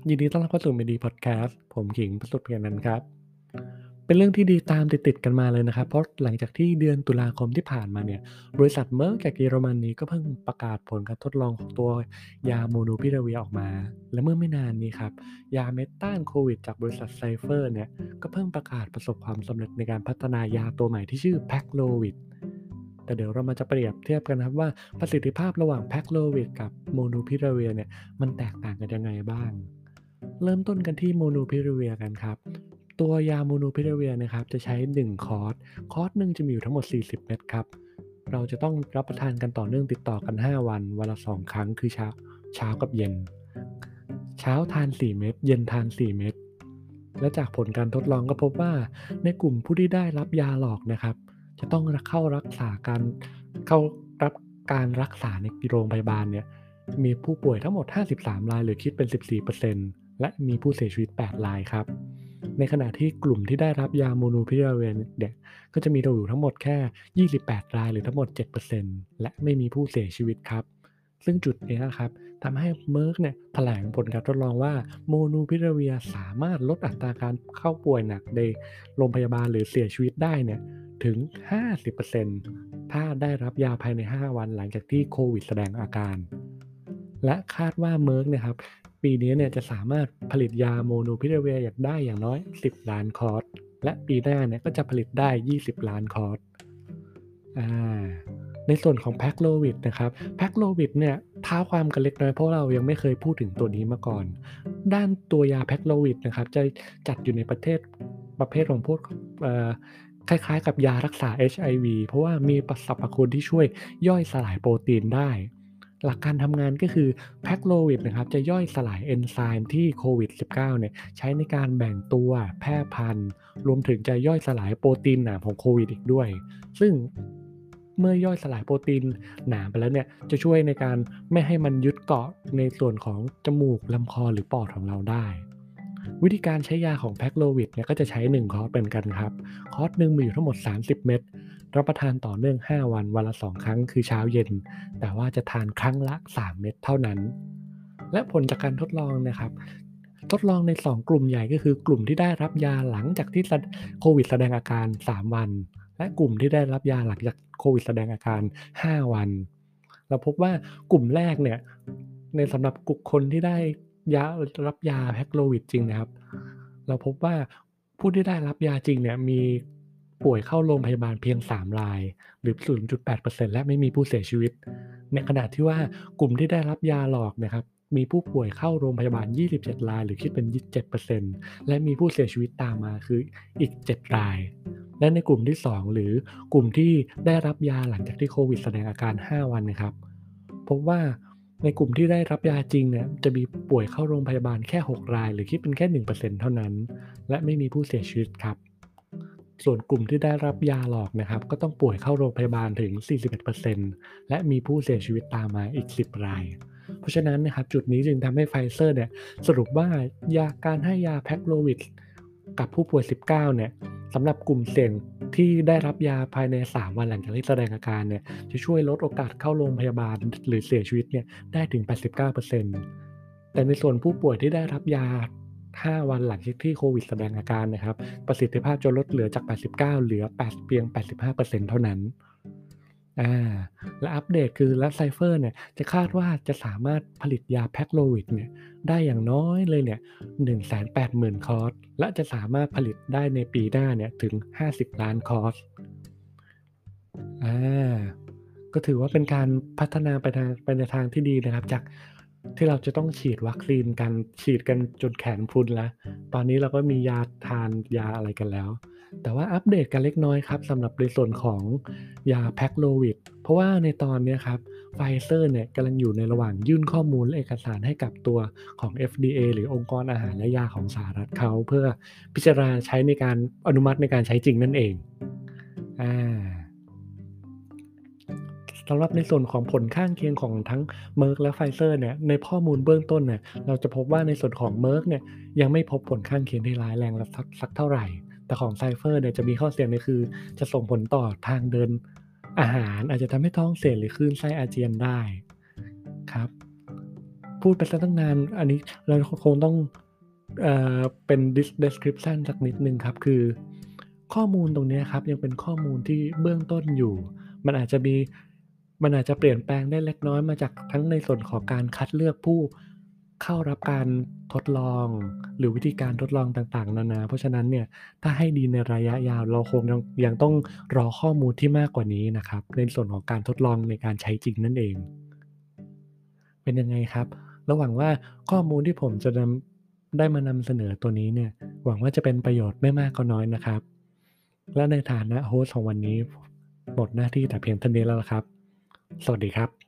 ยินดีต้อนรับเข้าสู่ MIDI Podcast ผมขิง ประสุทธิ์เพียรนันท์ครับเป็นเรื่องที่ดีตามติดๆกันมาเลยนะครับเพราะหลังจากที่เดือนตุลาคมที่ผ่านมาเนี่ยบริษัท Merck จากเยอรมนีก็เพิ่งประกาศผลการทดลองของตัวยา Molnupiravir ออกมาและเมื่อไม่นานนี้ครับยาเม็ดต้านโควิดจากบริษัท Cipher เนี่ยก็เพิ่งประกาศประสบความสำเร็จในการพัฒนายาตัวใหม่ที่ชื่อ Paxlovid แต่เดี๋ยวเรามาจะเปรียบเทียบกันนะครับว่าประสิทธิภาพระหว่าง Paxlovid กับ Molnupiravir เนี่ยมันแตกต่างกันยังไงบ้าง เริ่มต้นกันที่ Molnupiravir กันครับ ตัวยา Molnupiravir นะครับจะใช้1คอร์สหนึ่งจะมีอยู่ทั้งหมด40เม็ดครับเราจะต้องรับประทานกันต่อเนื่องติดต่อกัน5วันวันละ2ครั้งคือเช้ากับเย็นเช้าทาน4เม็ดเย็นทาน4เม็ดและจากผลการทดลองก็พบว่าในกลุ่มผู้ที่ได้รับยาหลอกนะครับจะต้องเข้ารับการรักษาในโรงพยาบาลเนี่ยมีผู้ป่วยทั้งหมด53รายหรือคิดเป็น14%และมีผู้เสียชีวิต8รายครับในขณะที่กลุ่มที่ได้รับยา Molnupiravir เนี่ยก็จะมีอยู่ทั้งหมดแค่28รายหรือทั้งหมด7%และไม่มีผู้เสียชีวิตครับซึ่งจุดเนี้ยครับทำให้ Merck เนี่ยแถลงผลการทดลองว่า Molnupiravir สามารถลดอัตราการเข้าป่วยหนักในโรงพยาบาลหรือเสียชีวิตได้เนี่ยถึง50%ถ้าได้รับยาภายใน5วันหลังจากที่โควิดแสดงอาการและคาดว่า Merck เนี่ยครับปีนี้เนี่ยจะสามารถผลิตยา Molnupiravir ได้อย่างน้อย10ล้านคอร์สและปีหน้าเนี่ยก็จะผลิตได้20ล้านคอร์สอาในส่วนของ Paxlovid นะครับ Paxlovid เนี่ยเท้าความกันเล็กน้อยเพราะเรายังไม่เคยพูดถึงตัวนี้มาก่อนด้านตัวยา Paxlovid นะครับจะจัดอยู่ในประเภทของพวกเอ่อ คล้ายๆกับยารักษา HIV เพราะว่ามีสรรพคุณที่ช่วยย่อยสลายโปรตีนได้ หลักการทำงานก็คือ Paxlovid นะครับจะย่อยสลายเอนไซม์ที่โควิด -19 เนี่ยใช้ในการแบ่งตัวแพร่พันธุ์รวมถึงจะย่อยสลายโปรตีนหนามของโควิดอีกด้วย ซึ่งเมื่อย่อยสลายโปรตีนหนามไปแล้วเนี่ยจะช่วยในการไม่ให้มันยึดเกาะในส่วนของจมูกลำคอหรือปอดของเราได้ วิธีการใช้ยาของ Paxlovid เนี่ยก็จะใช้1คอร์สเหมือนกันครับคอร์สหนึ่งมีอยู่ทั้งหมด30เม็ดรับประทานต่อเนื่อง5วันวันละ2ครั้งคือเช้าเย็นแต่ว่าจะทานครั้งละ3เม็ดเท่านั้นและผลจากการทดลองนะครับทดลองใน2กลุ่มใหญ่ก็คือกลุ่มที่ได้รับยาหลังจากที่โควิดแสดงอาการ3วันและกลุ่มที่ได้รับยาหลังจากโควิดแสดงอาการ5วันเราพบว่ากลุ่มแรกเนี่ยในสำหรับกลุ่มคนที่ได้ ยารับยา Paxlovid จริงนะครับเราพบว่าผู้ที่ได้รับยาจริงเนี่ยมีป่วยเข้าโรงพยาบาลเพียง3รายหรือ0.8%และไม่มีผู้เสียชีวิตในขณะที่ว่ากลุ่มที่ได้รับยาหลอกนะครับมีผู้ป่วยเข้าโรงพยาบาล27รายหรือคิดเป็น7%และมีผู้เสียชีวิตตามมาคืออีก7รายและในกลุ่มที่2หรือกลุ่มที่ได้รับยาหลังจากที่โควิดแสดงอาการ5วันนะครับพบว่า ในกลุ่มที่ได้รับยาจริงเนี่ยจะมีป่วยเข้าโรงพยาบาลแค่6รายหรือคิดเป็นแค่1%เท่านั้นและไม่มีผู้เสียชีวิตครับส่วนกลุ่มที่ได้รับยาหลอกนะครับก็ต้องป่วยเข้าโรงพยาบาลถึง41%และมีผู้เสียชีวิตตามมาอีก10รายเพราะฉะนั้นนะครับจุดนี้จึงทำให้ Pfizer เนี่ยสรุปว่การให้ยา Paxlovid กับผู้ป่วย19เนี่ยสำหรับกลุ่มเสี่ยงที่ได้รับยาภายใน3วันหลังจากที่แสดงอาการเนี่ย จะช่วยลดโอกาสเข้าโรงพยาบาลหรือเสียชีวิตเนี่ยได้ถึง 89%แต่ในส่วนผู้ป่วยที่ได้รับยา 5 วันหลังจากที่โควิดแสดงอาการนะครับประสิทธิภาพจะลดเหลือจาก 89เหลือเพียง 85%เท่านั้นอาและอัปเดตคือและ Cipher เนี่ยจะคาดว่าจะสามารถผลิตยา Paxlovid เนี่ยได้อย่างน้อยเลยเนี่ย180,000คอร์สและจะสามารถผลิตได้ในปีหน้าเนี่ยถึง50ล้านคอร์ส อาก็ถือว่าเป็นการพัฒนาไปในทางที่ดีนะครับจากที่เราจะต้องฉีดวัคซีนกันฉีดกันจนแขนพรุนแล้วตอนนี้เราก็มียาทานยาอะไรกันแล้วแต่ว่าอัปเดตกันเล็กน้อยครับสำหรับในส่วนของยา Paxlovid เพราะว่าในตอนเนี้ยครับ Pfizer เนี่ยกำลังอยู่ในระหว่างยื่นข้อมูลและเอกสารให้กับตัวของ FDA หรือองค์กรอาหารและยาของสหรัฐเขาเพื่อพิจารณาใช้ในการอนุมัติในการใช้จริงนั่นเองอา สำหรับในส่วนของผลข้างเคียงของทั้ง Merck และ Pfizer เนี่ยในข้อมูลเบื้องต้นเนี่ยเราจะพบว่าในส่วนของ Merck เนี่ยยังไม่พบผลข้างเคียงที่ร้ายแรงสักเท่าไรแต่ของ Pfizer เนี่ยจะมีข้อเสียเนี่ยคือจะส่งผลต่อทางเดินอาหารอาจจะทำให้ท้องเสียหรือคลื่นไส้อาเจียนได้ครับพูดไปเสียตั้งนานอันนี้เราคงต้องเป็นdescription สักนิดหนึ่งครับคือข้อมูลตรงเนี้ยครับยังเป็นข้อมูลที่เบื้องต้นอยู่มันอาจจะมีมันอาจจะเปลี่ยนแปลงได้เล็กน้อยมาจากทั้งในส่วนของการคัดเลือกผู้เข้ารับการทดลองหรือวิธีการทดลองต่างๆนานาเพราะฉะนั้นเนี่ยถ้าให้ดีในระยะยาวเราคงยังต้องรอข้อมูลที่มากกว่านี้นะครับในส่วนของการทดลองในการใช้จริงนั่นเอง เป็นยังไงครับเราหวังว่าข้อมูลที่ผมจะได้มานำเสนอตัวนี้เนี่ยหวังว่าจะเป็นประโยชน์ไม่มากก็น้อยนะครับและในฐานะโฮสต์ของวันนี้หมดหน้าที่แต่เพียงเท่านี้แล้วล่ะครับสวัสดีครับ